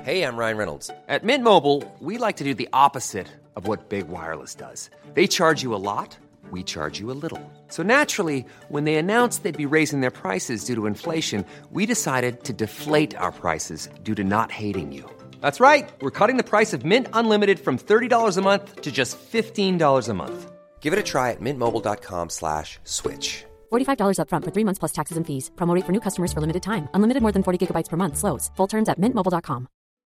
Hey, I'm Ryan Reynolds. At Mint Mobile, we like to do the opposite of what Big Wireless does. They charge you a lot, we charge you a little. So naturally, when they announced they'd be raising their prices due to inflation, we decided to deflate our prices due to not hating you. That's right. We're cutting the price of Mint Unlimited from $30 a month to just $15 a month. Give it a try at mintmobile.com/switch. $45 up front for 3 months plus taxes and fees. Promo rate for new customers for limited time. Unlimited more than 40 gigabytes per month. Slows full terms at mintmobile.com.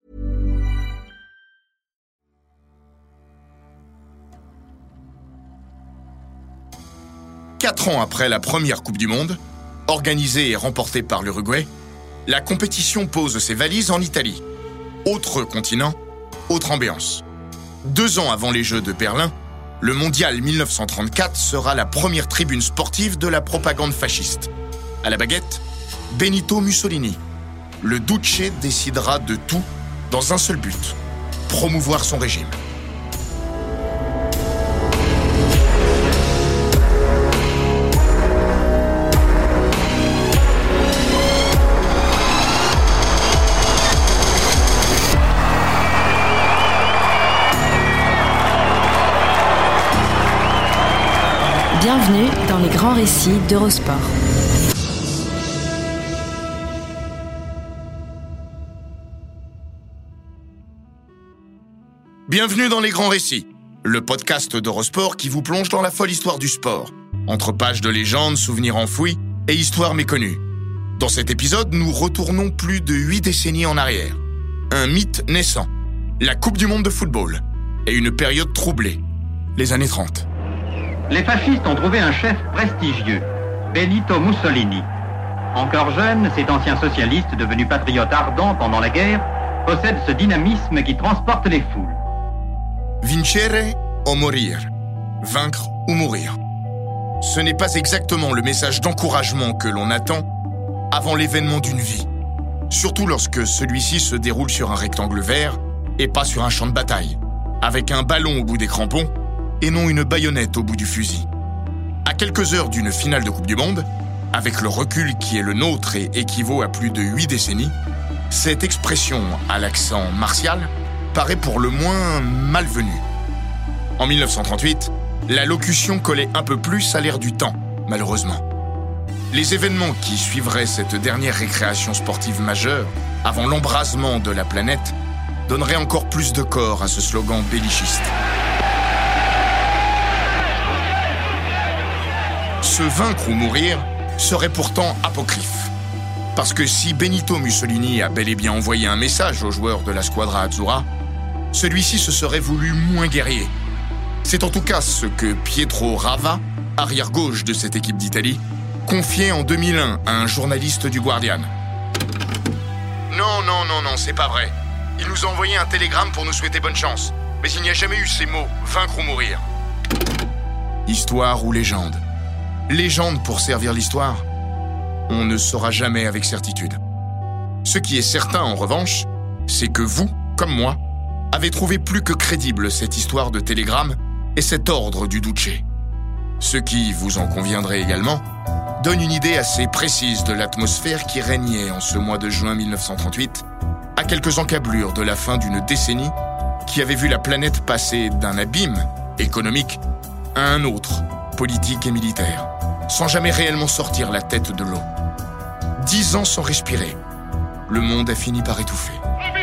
Quatre ans après la première Coupe du Monde, organisée et remportée par l'Uruguay, la compétition pose ses valises en Italie. Autre continent, autre ambiance. 2 ans avant les Jeux de Berlin, le Mondial 1934 sera la première tribune sportive de la propagande fasciste. À la baguette, Benito Mussolini. Le Duce décidera de tout dans un seul but, promouvoir son régime. Bienvenue dans les grands récits d'Eurosport. Bienvenue dans les grands récits, le podcast d'Eurosport qui vous plonge dans la folle histoire du sport, entre pages de légendes, souvenirs enfouis et histoires méconnues. Dans cet épisode, nous retournons plus de 8 décennies en arrière. Un mythe naissant, la Coupe du Monde de football, et une période troublée, les années 30. Les fascistes ont trouvé un chef prestigieux, Benito Mussolini. Encore jeune, cet ancien socialiste, devenu patriote ardent pendant la guerre, possède ce dynamisme qui transporte les foules. Vincere o morir, vaincre ou mourir. Ce n'est pas exactement le message d'encouragement que l'on attend avant l'événement d'une vie, surtout lorsque celui-ci se déroule sur un rectangle vert et pas sur un champ de bataille, avec un ballon au bout des crampons et non une baïonnette au bout du fusil. À quelques heures d'une finale de Coupe du Monde, avec le recul qui est le nôtre et équivaut à plus de 8 décennies, cette expression à l'accent martial paraît pour le moins malvenue. En 1938, la locution collait un peu plus à l'ère du temps, malheureusement. Les événements qui suivraient cette dernière récréation sportive majeure, avant l'embrasement de la planète, donneraient encore plus de corps à ce slogan bellichiste. Se vaincre ou mourir serait pourtant apocryphe. Parce que si Benito Mussolini a bel et bien envoyé un message aux joueurs de la Squadra Azzurra, celui-ci se serait voulu moins guerrier. C'est en tout cas ce que Pietro Rava, arrière-gauche de cette équipe d'Italie, confiait en 2001 à un journaliste du Guardian. Non, c'est pas vrai. Il nous a envoyé un télégramme pour nous souhaiter bonne chance. Mais il n'y a jamais eu ces mots, vaincre ou mourir. Histoire ou légende. Légende pour servir l'histoire, on ne saura jamais avec certitude. Ce qui est certain, en revanche, c'est que vous, comme moi, avez trouvé plus que crédible cette histoire de télégramme et cet ordre du Duce. Ce qui, vous en conviendrez également, donne une idée assez précise de l'atmosphère qui régnait en ce mois de juin 1938, à quelques encablures de la fin d'une décennie qui avait vu la planète passer d'un abîme économique à un autre, politique et militaire, sans jamais réellement sortir la tête de l'eau. 10 ans sans respirer, le monde a fini par étouffer.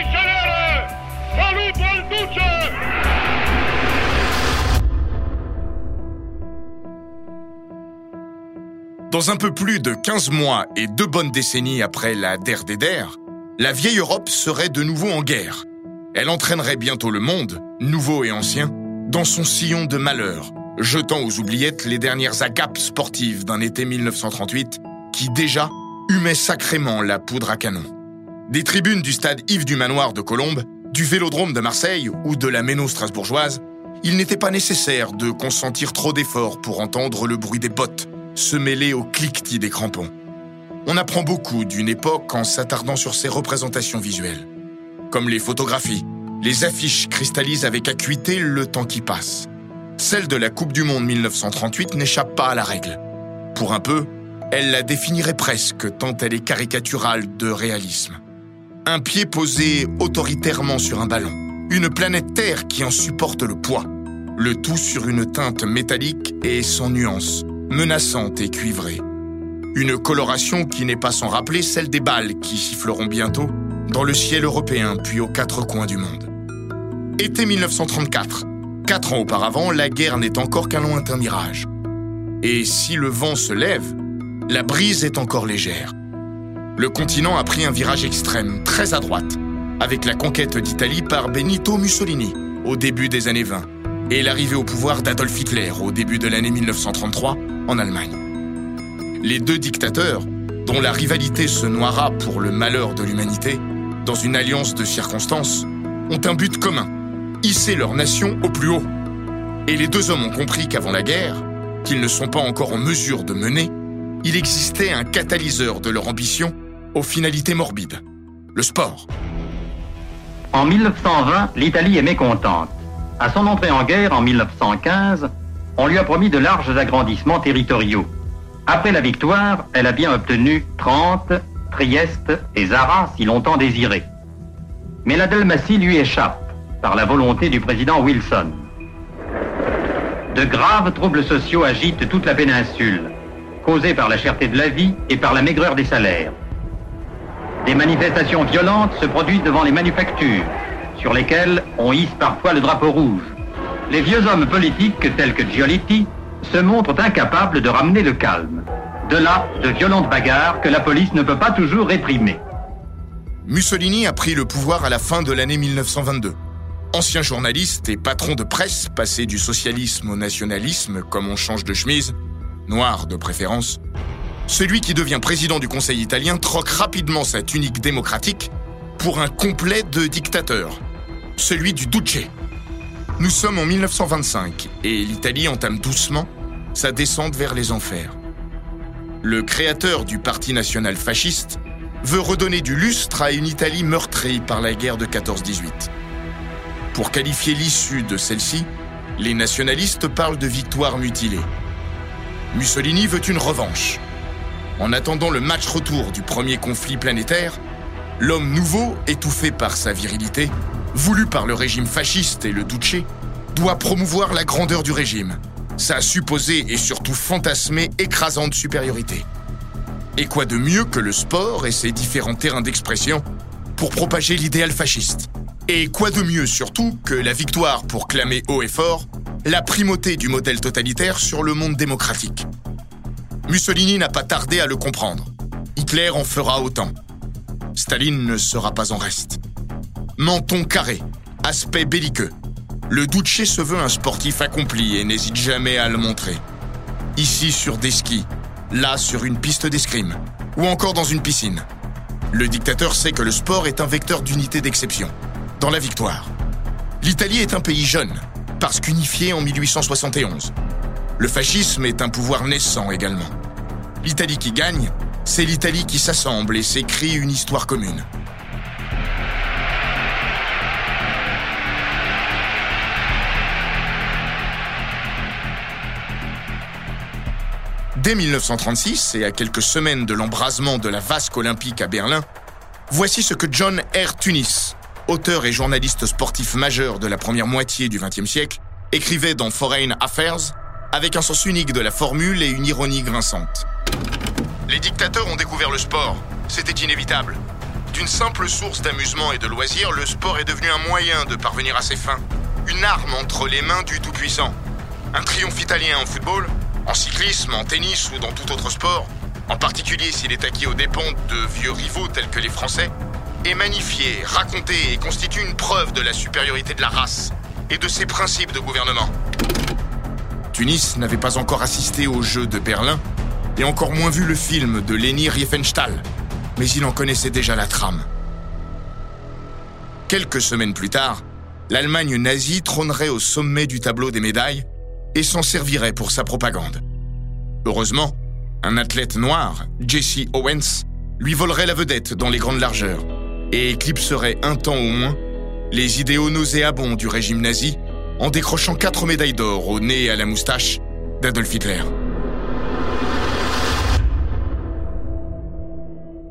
Dans un peu plus de 15 mois et 2 bonnes décennies après la Der des Der, la vieille Europe serait de nouveau en guerre. Elle entraînerait bientôt le monde, nouveau et ancien, dans son sillon de malheur, jetant aux oubliettes les dernières agapes sportives d'un été 1938 qui déjà humait sacrément la poudre à canon. Des tribunes du stade Yves du Manoir de Colombes, du Vélodrome de Marseille ou de la Méno strasbourgeoise, il n'était pas nécessaire de consentir trop d'efforts pour entendre le bruit des bottes se mêler au cliquetis des crampons. On apprend beaucoup d'une époque en s'attardant sur ses représentations visuelles. Comme les photographies, les affiches cristallisent avec acuité le temps qui passe. Celle de la Coupe du Monde 1938 n'échappe pas à la règle. Pour un peu, elle la définirait presque tant elle est caricaturale de réalisme. Un pied posé autoritairement sur un ballon. Une planète Terre qui en supporte le poids. Le tout sur une teinte métallique et sans nuance, menaçante et cuivrée. Une coloration qui n'est pas sans rappeler celle des balles qui siffleront bientôt dans le ciel européen puis aux quatre coins du monde. Été 1934. 4 ans auparavant, la guerre n'est encore qu'un lointain mirage. Et si le vent se lève, la brise est encore légère. Le continent a pris un virage extrême, très à droite, avec la conquête d'Italie par Benito Mussolini au début des années 20 et l'arrivée au pouvoir d'Adolf Hitler au début de l'année 1933 en Allemagne. Les deux dictateurs, dont la rivalité se noiera pour le malheur de l'humanité, dans une alliance de circonstances, ont un but commun, hisser leur nation au plus haut. Et les deux hommes ont compris qu'avant la guerre, qu'ils ne sont pas encore en mesure de mener, il existait un catalyseur de leur ambition aux finalités morbides, le sport. En 1920, l'Italie est mécontente. À son entrée en guerre en 1915, on lui a promis de larges agrandissements territoriaux. Après la victoire, elle a bien obtenu Trente, Trieste et Zara, si longtemps désirés. Mais la Dalmatie lui échappe, par la volonté du président Wilson. De graves troubles sociaux agitent toute la péninsule, causés par la cherté de la vie et par la maigreur des salaires. Des manifestations violentes se produisent devant les manufactures, sur lesquelles on hisse parfois le drapeau rouge. Les vieux hommes politiques, tels que Giolitti, se montrent incapables de ramener le calme. De là, de violentes bagarres que la police ne peut pas toujours réprimer. Mussolini a pris le pouvoir à la fin de l'année 1922. Ancien journaliste et patron de presse, passé du socialisme au nationalisme comme on change de chemise, noir de préférence, celui qui devient président du Conseil italien troque rapidement sa tunique démocratique pour un complet de dictateur, celui du Duce. Nous sommes en 1925 et l'Italie entame doucement sa descente vers les enfers. Le créateur du Parti national fasciste veut redonner du lustre à une Italie meurtrie par la guerre de 14-18. Pour qualifier l'issue de celle-ci, les nationalistes parlent de victoire mutilée. Mussolini veut une revanche. En attendant le match retour du premier conflit planétaire, l'homme nouveau, étouffé par sa virilité, voulu par le régime fasciste et le Duce, doit promouvoir la grandeur du régime, sa supposée et surtout fantasmée écrasante supériorité. Et quoi de mieux que le sport et ses différents terrains d'expression pour propager l'idéal fasciste? Et quoi de mieux surtout que la victoire pour clamer haut et fort la primauté du modèle totalitaire sur le monde démocratique? Mussolini n'a pas tardé à le comprendre. Hitler en fera autant. Staline ne sera pas en reste. Menton carré, aspect belliqueux. Le Duce se veut un sportif accompli et n'hésite jamais à le montrer. Ici sur des skis, là sur une piste d'escrime, ou encore dans une piscine. Le dictateur sait que le sport est un vecteur d'unité d'exception, dans la victoire. L'Italie est un pays jeune, parce qu'unifié en 1871. Le fascisme est un pouvoir naissant également. L'Italie qui gagne, c'est l'Italie qui s'assemble et s'écrit une histoire commune. Dès 1936, et à quelques semaines de l'embrasement de la vasque olympique à Berlin, voici ce que John R. Tunis, auteur et journaliste sportif majeur de la première moitié du XXe siècle, écrivait dans Foreign Affairs, avec un sens unique de la formule et une ironie grinçante. Les dictateurs ont découvert le sport. C'était inévitable. D'une simple source d'amusement et de loisirs, le sport est devenu un moyen de parvenir à ses fins. Une arme entre les mains du Tout-Puissant. Un triomphe italien en football, en cyclisme, en tennis ou dans tout autre sport, en particulier s'il est acquis aux dépens de vieux rivaux tels que les Français, est magnifié, raconté et constitue une preuve de la supériorité de la race et de ses principes de gouvernement. Tunis n'avait pas encore assisté aux Jeux de Berlin et encore moins vu le film de Leni Riefenstahl, mais il en connaissait déjà la trame. Quelques semaines plus tard, l'Allemagne nazie trônerait au sommet du tableau des médailles et s'en servirait pour sa propagande. Heureusement, un athlète noir, Jesse Owens, lui volerait la vedette dans les grandes largeurs et éclipserait un temps au moins les idéaux nauséabonds du régime nazi en décrochant 4 médailles d'or au nez et à la moustache d'Adolf Hitler.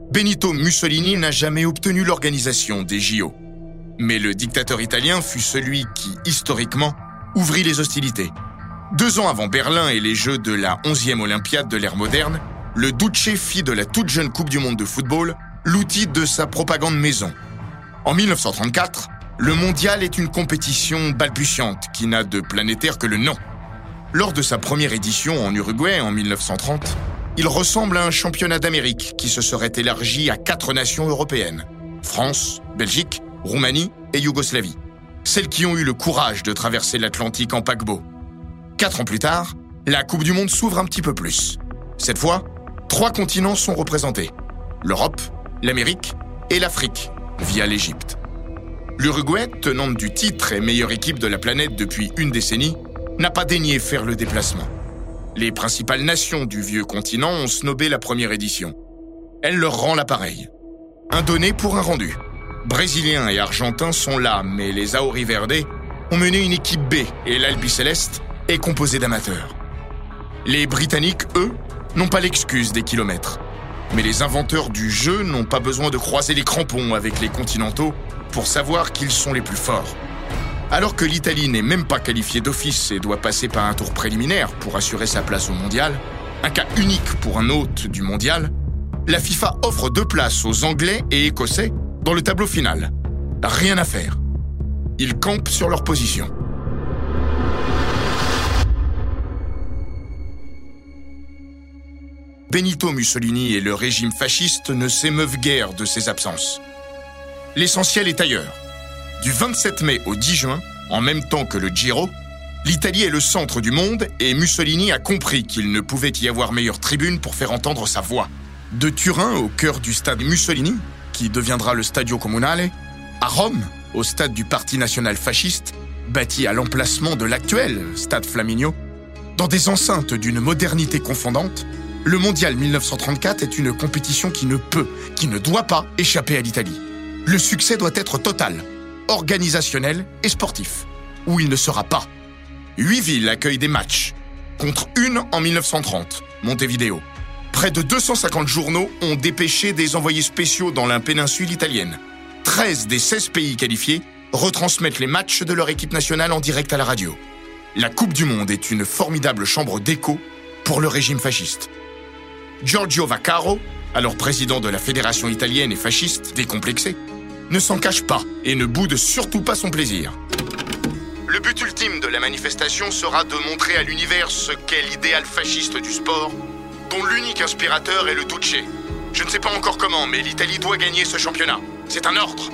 Benito Mussolini n'a jamais obtenu l'organisation des JO. Mais le dictateur italien fut celui qui, historiquement, ouvrit les hostilités. 2 ans avant Berlin et les Jeux de la 11e Olympiade de l'ère moderne, le Duce fit de la toute jeune Coupe du Monde de football l'outil de sa propagande maison. En 1934, le mondial est une compétition balbutiante qui n'a de planétaire que le nom. Lors de sa première édition en Uruguay en 1930, il ressemble à un championnat d'Amérique qui se serait élargi à 4 nations européennes: France, Belgique, Roumanie et Yougoslavie. Celles qui ont eu le courage de traverser l'Atlantique en paquebot. 4 ans plus tard, la Coupe du Monde s'ouvre un petit peu plus. Cette fois, 3 continents sont représentés: l'Europe, l'Amérique et l'Afrique, via l'Égypte. L'Uruguay, tenante du titre et meilleure équipe de la planète depuis une décennie, n'a pas daigné faire le déplacement. Les principales nations du vieux continent ont snobé la première édition. Elle leur rend l'appareil. Un donné pour un rendu. Brésiliens et Argentins sont là, mais les Auri Verde ont mené une équipe B et l'Albiceleste est composée d'amateurs. Les Britanniques, eux, n'ont pas l'excuse des kilomètres. Mais les inventeurs du jeu n'ont pas besoin de croiser les crampons avec les continentaux pour savoir qu'ils sont les plus forts. Alors que l'Italie n'est même pas qualifiée d'office et doit passer par un tour préliminaire pour assurer sa place au mondial, un cas unique pour un hôte du mondial, la FIFA offre 2 places aux Anglais et Écossais dans le tableau final. Rien à faire. Ils campent sur leur position. Benito Mussolini et le régime fasciste ne s'émeuvent guère de ses absences. L'essentiel est ailleurs. Du 27 mai au 10 juin, en même temps que le Giro, l'Italie est le centre du monde et Mussolini a compris qu'il ne pouvait y avoir meilleure tribune pour faire entendre sa voix. De Turin, au cœur du stade Mussolini, qui deviendra le Stadio Comunale, à Rome, au stade du Parti national fasciste, bâti à l'emplacement de l'actuel stade Flaminio, dans des enceintes d'une modernité confondante, le Mondial 1934 est une compétition qui ne doit pas échapper à l'Italie. Le succès doit être total, organisationnel et sportif, où il ne sera pas. 8 villes accueillent des matchs, contre 1 en 1930, Montevideo. Près de 250 journaux ont dépêché des envoyés spéciaux dans la péninsule italienne. 13 des 16 pays qualifiés retransmettent les matchs de leur équipe nationale en direct à la radio. La Coupe du Monde est une formidable chambre d'écho pour le régime fasciste. Giorgio Vaccaro, alors président de la Fédération italienne et fasciste décomplexée, ne s'en cache pas et ne boude surtout pas son plaisir. Le but ultime de la manifestation sera de montrer à l'univers ce qu'est l'idéal fasciste du sport, dont l'unique inspirateur est le Duce. Je ne sais pas encore comment, mais l'Italie doit gagner ce championnat. C'est un ordre.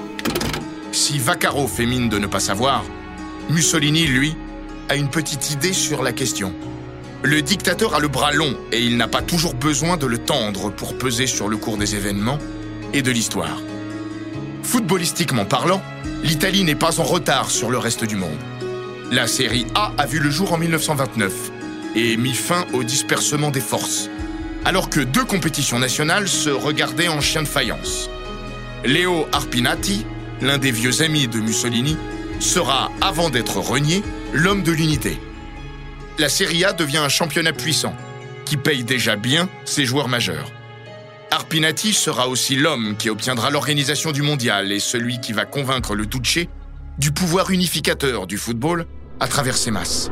Si Vaccaro fait mine de ne pas savoir, Mussolini, lui, a une petite idée sur la question. Le dictateur a le bras long et il n'a pas toujours besoin de le tendre pour peser sur le cours des événements et de l'histoire. Footballistiquement parlant, l'Italie n'est pas en retard sur le reste du monde. La Série A a vu le jour en 1929 et mis fin au dispersement des forces, alors que 2 compétitions nationales se regardaient en chien de faïence. Leo Arpinati, l'un des vieux amis de Mussolini, sera, avant d'être renié, l'homme de l'unité. La Serie A devient un championnat puissant, qui paye déjà bien ses joueurs majeurs. Arpinati sera aussi l'homme qui obtiendra l'organisation du mondial et celui qui va convaincre le Duce du pouvoir unificateur du football à travers ses masses.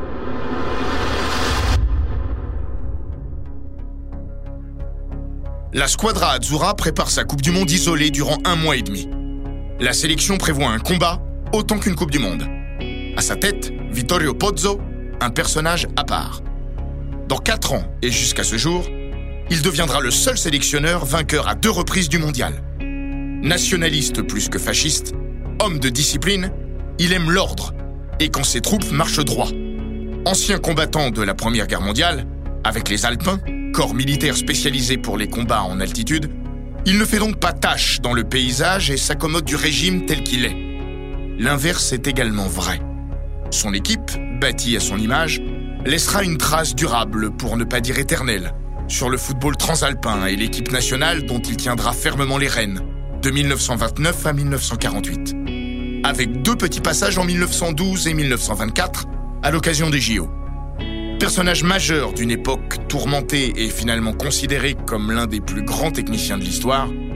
La Squadra Azzurra prépare sa Coupe du Monde isolée durant 1 mois et demi. La sélection prévoit un combat autant qu'une Coupe du Monde. À sa tête, Vittorio Pozzo, un personnage à part. Dans 4 ans et jusqu'à ce jour, il deviendra le seul sélectionneur vainqueur à 2 reprises du mondial. Nationaliste plus que fasciste, homme de discipline, il aime l'ordre et quand ses troupes marchent droit. Ancien combattant de la Première Guerre mondiale, avec les Alpins, corps militaire spécialisé pour les combats en altitude, il ne fait donc pas tache dans le paysage et s'accommode du régime tel qu'il est. L'inverse est également vrai. Son équipe, bâtie à son image, laissera une trace durable, pour ne pas dire éternelle, sur le football transalpin et l'équipe nationale dont il tiendra fermement les rênes, de 1929 à 1948. Avec 2 petits passages en 1912 et 1924, à l'occasion des JO. Personnage majeur d'une époque tourmentée et finalement considéré comme l'un des plus grands techniciens de l'histoire,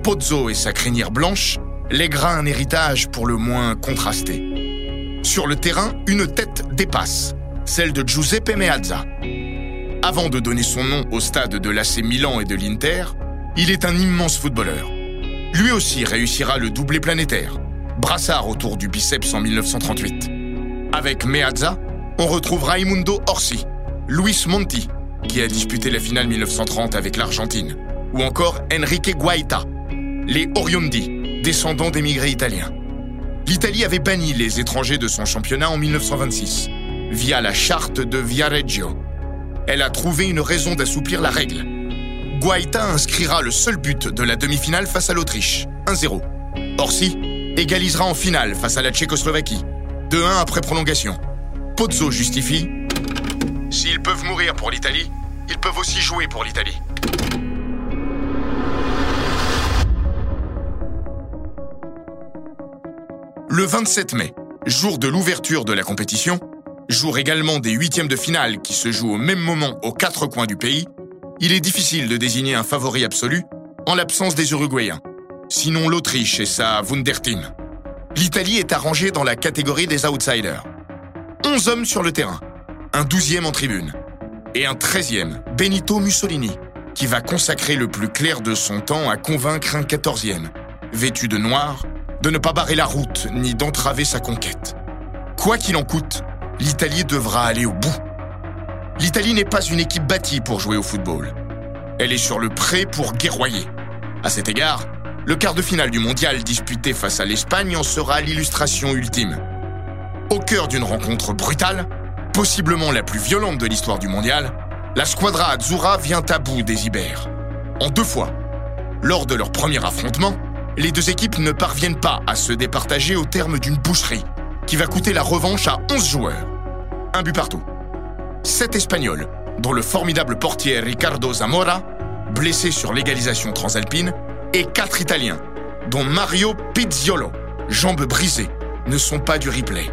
Pozzo et sa crinière blanche lèguera un héritage pour le moins contrasté. Sur le terrain, une tête dépasse, celle de Giuseppe Meazza. Avant de donner son nom au stade de l'AC Milan et de l'Inter, il est un immense footballeur. Lui aussi réussira le doublé planétaire, brassard autour du biceps en 1938. Avec Meazza, on retrouve Raimundo Orsi, Luis Monti, qui a disputé la finale 1930 avec l'Argentine, ou encore Enrique Guaita, les Oriondi, descendants d'émigrés italiens. L'Italie avait banni les étrangers de son championnat en 1926, via la charte de Viareggio. Elle a trouvé une raison d'assouplir la règle. Guaita inscrira le seul but de la demi-finale face à l'Autriche, 1-0. Orsi égalisera en finale face à la Tchécoslovaquie, 2-1 après prolongation. Pozzo justifie « S'ils peuvent mourir pour l'Italie, ils peuvent aussi jouer pour l'Italie. » Le 27 mai, jour de l'ouverture de la compétition, jour également des huitièmes de finale qui se jouent au même moment aux quatre coins du pays, il est difficile de désigner un favori absolu en l'absence des Uruguayens, sinon l'Autriche et sa Wunderteam. L'Italie est arrangée dans la catégorie des outsiders. 11 hommes sur le terrain, un 12e en tribune, et un 13e, Benito Mussolini, qui va consacrer le plus clair de son temps à convaincre un 14e, vêtu de noir, de ne pas barrer la route ni d'entraver sa conquête. Quoi qu'il en coûte, l'Italie devra aller au bout. L'Italie n'est pas une équipe bâtie pour jouer au football. Elle est sur le pré pour guerroyer. À cet égard, le quart de finale du mondial disputé face à l'Espagne en sera l'illustration ultime. Au cœur d'une rencontre brutale, possiblement la plus violente de l'histoire du mondial, la Squadra Azzurra vient à bout des Ibères. En 2 fois. Lors de leur premier affrontement, les deux équipes ne parviennent pas à se départager au terme d'une boucherie qui va coûter la revanche à 11 joueurs. 1 but partout. 7 Espagnols, dont le formidable portier Ricardo Zamora, blessé sur l'égalisation transalpine, et 4 Italiens, dont Mario Pizziolo, jambes brisées, ne sont pas du replay.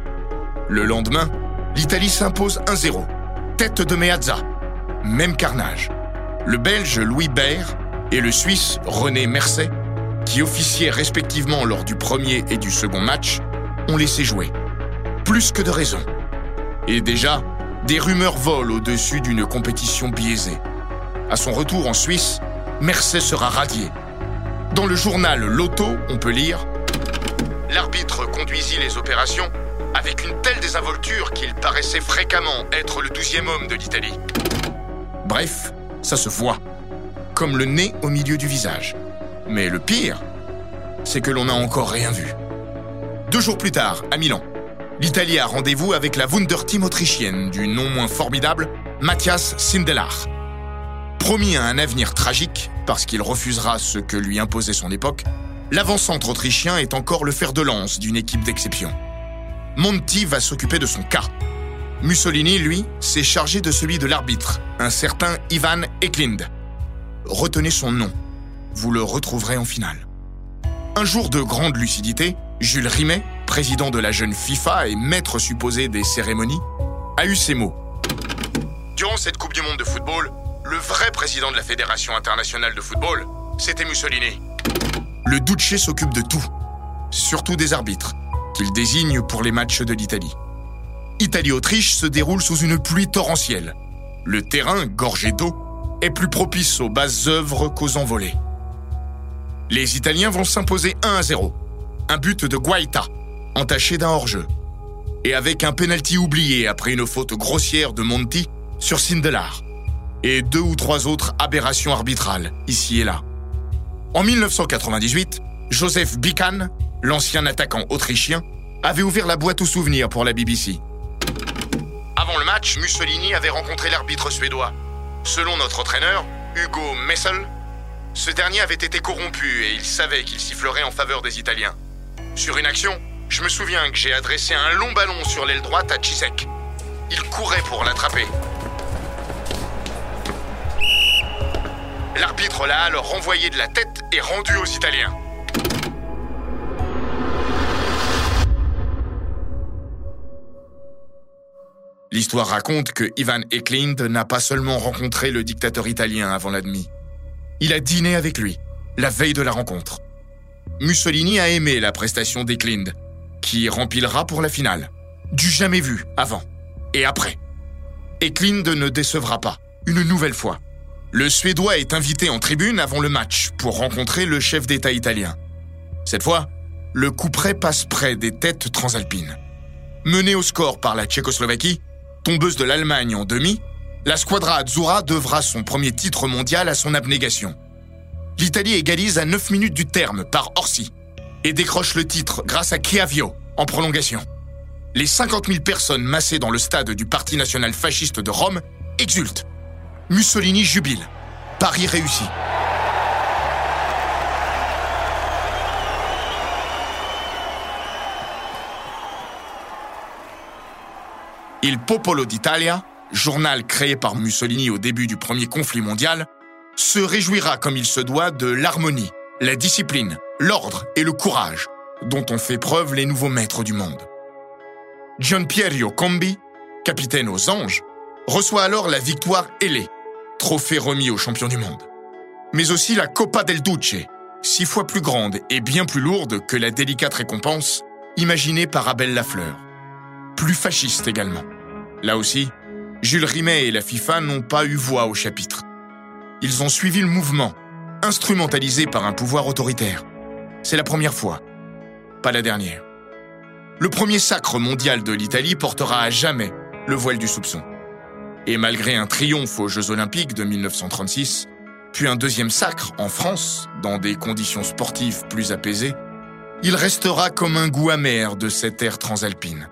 Le lendemain, l'Italie s'impose 1-0. Tête de Meazza. Même carnage. Le Belge Louis Baer et le Suisse René Mercet, qui officiaient respectivement lors du premier et du second match, ont laissé jouer. Plus que de raison. Et déjà, des rumeurs volent au-dessus d'une compétition biaisée. À son retour en Suisse, Mercet sera radié. Dans le journal L'Auto, on peut lire « L'arbitre conduisit les opérations avec une telle désinvolture qu'il paraissait fréquemment être le 12e homme de l'Italie. » Bref, ça se voit, comme le nez au milieu du visage. Mais le pire, c'est que l'on n'a encore rien vu. 2 jours plus tard, à Milan, l'Italie a rendez-vous avec la Wunderteam autrichienne du non moins formidable Matthias Sindelar. Promis à un avenir tragique, parce qu'il refusera ce que lui imposait son époque, l'avant-centre autrichien est encore le fer de lance d'une équipe d'exception. Monti va s'occuper de son cas. Mussolini, lui, s'est chargé de celui de l'arbitre, un certain Ivan Eklind. Retenez son nom, vous le retrouverez en finale. Un jour de grande lucidité, Jules Rimet, président de la jeune FIFA et maître supposé des cérémonies, a eu ces mots. Durant cette Coupe du Monde de football, le vrai président de la Fédération internationale de football, c'était Mussolini. Le Duce s'occupe de tout, surtout des arbitres, qu'il désigne pour les matchs de l'Italie. Italie-Autriche se déroule sous une pluie torrentielle. Le terrain, gorgé d'eau, est plus propice aux basses œuvres qu'aux envolées. Les Italiens vont s'imposer 1-0. Un but de Guaita, entaché d'un hors-jeu. Et avec un pénalty oublié après une faute grossière de Monti sur Sindelar. Et 2 ou 3 autres aberrations arbitrales, ici et là. En 1998, Joseph Bican, l'ancien attaquant autrichien, avait ouvert la boîte aux souvenirs pour la BBC. Avant le match, Mussolini avait rencontré l'arbitre suédois. Selon notre entraîneur, Hugo Messel, ce dernier avait été corrompu et il savait qu'il sifflerait en faveur des Italiens. Sur une action, je me souviens que j'ai adressé un long ballon sur l'aile droite à Cissek. Il courait pour l'attraper. L'arbitre l'a alors renvoyé de la tête et rendu aux Italiens. L'histoire raconte que Ivan Eklind n'a pas seulement rencontré le dictateur italien avant la demi. Il a dîné avec lui, la veille de la rencontre. Mussolini a aimé la prestation d'Eklund, qui rempilera pour la finale. Du jamais vu avant et après. Eklund ne décevra pas, une nouvelle fois. Le Suédois est invité en tribune avant le match pour rencontrer le chef d'État italien. Cette fois, le couperet passe près des têtes transalpines. Menée au score par la Tchécoslovaquie, tombeuse de l'Allemagne en demi, la Squadra Azzurra devra son premier titre mondial à son abnégation. L'Italie égalise à 9 minutes du terme par Orsi et décroche le titre grâce à Chiavio en prolongation. Les 50 000 personnes massées dans le stade du Parti national fasciste de Rome exultent. Mussolini jubile. Pari réussi. Il Popolo d'Italia, journal créé par Mussolini au début du premier conflit mondial, se réjouira comme il se doit de l'harmonie, la discipline, l'ordre et le courage dont ont fait preuve les nouveaux maîtres du monde. Gianpiero Combi, capitaine aux Anges, reçoit alors la victoire ailée, trophée remis aux champions du monde. Mais aussi la Coppa del Duce, 6 fois plus grande et bien plus lourde que la délicate récompense imaginée par Abel Lafleur. Plus fasciste également. Là aussi, Jules Rimet et la FIFA n'ont pas eu voix au chapitre. Ils ont suivi le mouvement, instrumentalisé par un pouvoir autoritaire. C'est la première fois, pas la dernière. Le premier sacre mondial de l'Italie portera à jamais le voile du soupçon. Et malgré un triomphe aux Jeux Olympiques de 1936, puis un deuxième sacre en France, dans des conditions sportives plus apaisées, il restera comme un goût amer de cette ère transalpine.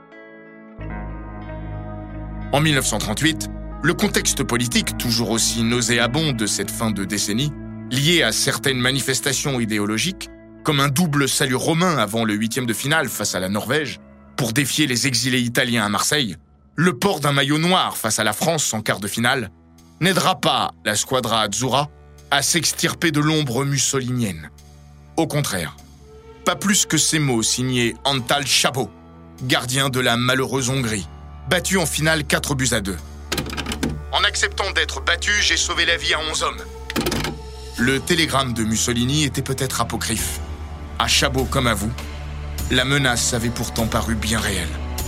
En 1938, le contexte politique toujours aussi nauséabond de cette fin de décennie, lié à certaines manifestations idéologiques, comme un double salut romain avant le 8e de finale face à la Norvège, pour défier les exilés italiens à Marseille, le port d'un maillot noir face à la France en quart de finale, n'aidera pas la Squadra Azzurra à s'extirper de l'ombre mussolinienne. Au contraire, pas plus que ces mots signés Antal Chabot, gardien de la malheureuse Hongrie, battu en finale 4-2. En acceptant d'être battu, j'ai sauvé la vie à 11 hommes. Le télégramme de Mussolini était peut-être apocryphe. À Chabot comme à vous, la menace avait pourtant paru bien réelle.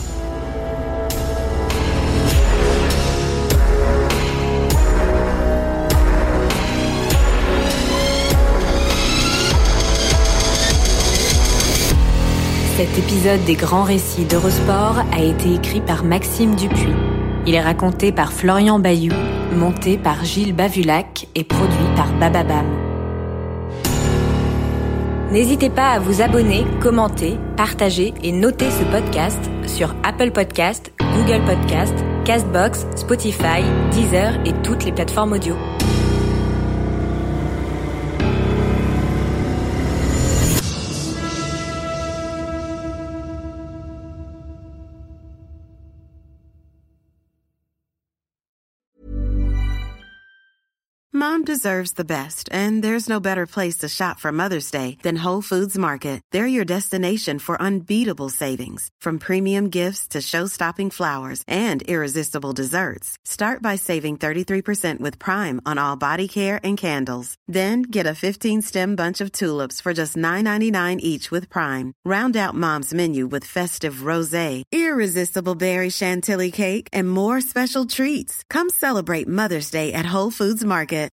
Cet épisode des grands récits d'Eurosport a été écrit par Maxime Dupuis. Il est raconté par Florian Bayou, monté par Gilles Bavulac et produit par Bababam. N'hésitez pas à vous abonner, commenter, partager et noter ce podcast sur Apple Podcasts, Google Podcasts, Castbox, Spotify, Deezer et toutes les plateformes audio. Mom deserves the best, and there's no better place to shop for Mother's Day than Whole Foods Market. They're your destination for unbeatable savings, from premium gifts to show-stopping flowers and irresistible desserts. Start by saving 33% with Prime on all body care and candles. Then get a 15-stem bunch of tulips for just $9.99 each with Prime. Round out Mom's menu with festive rosé, irresistible berry chantilly cake, and more special treats. Come celebrate Mother's Day at Whole Foods Market.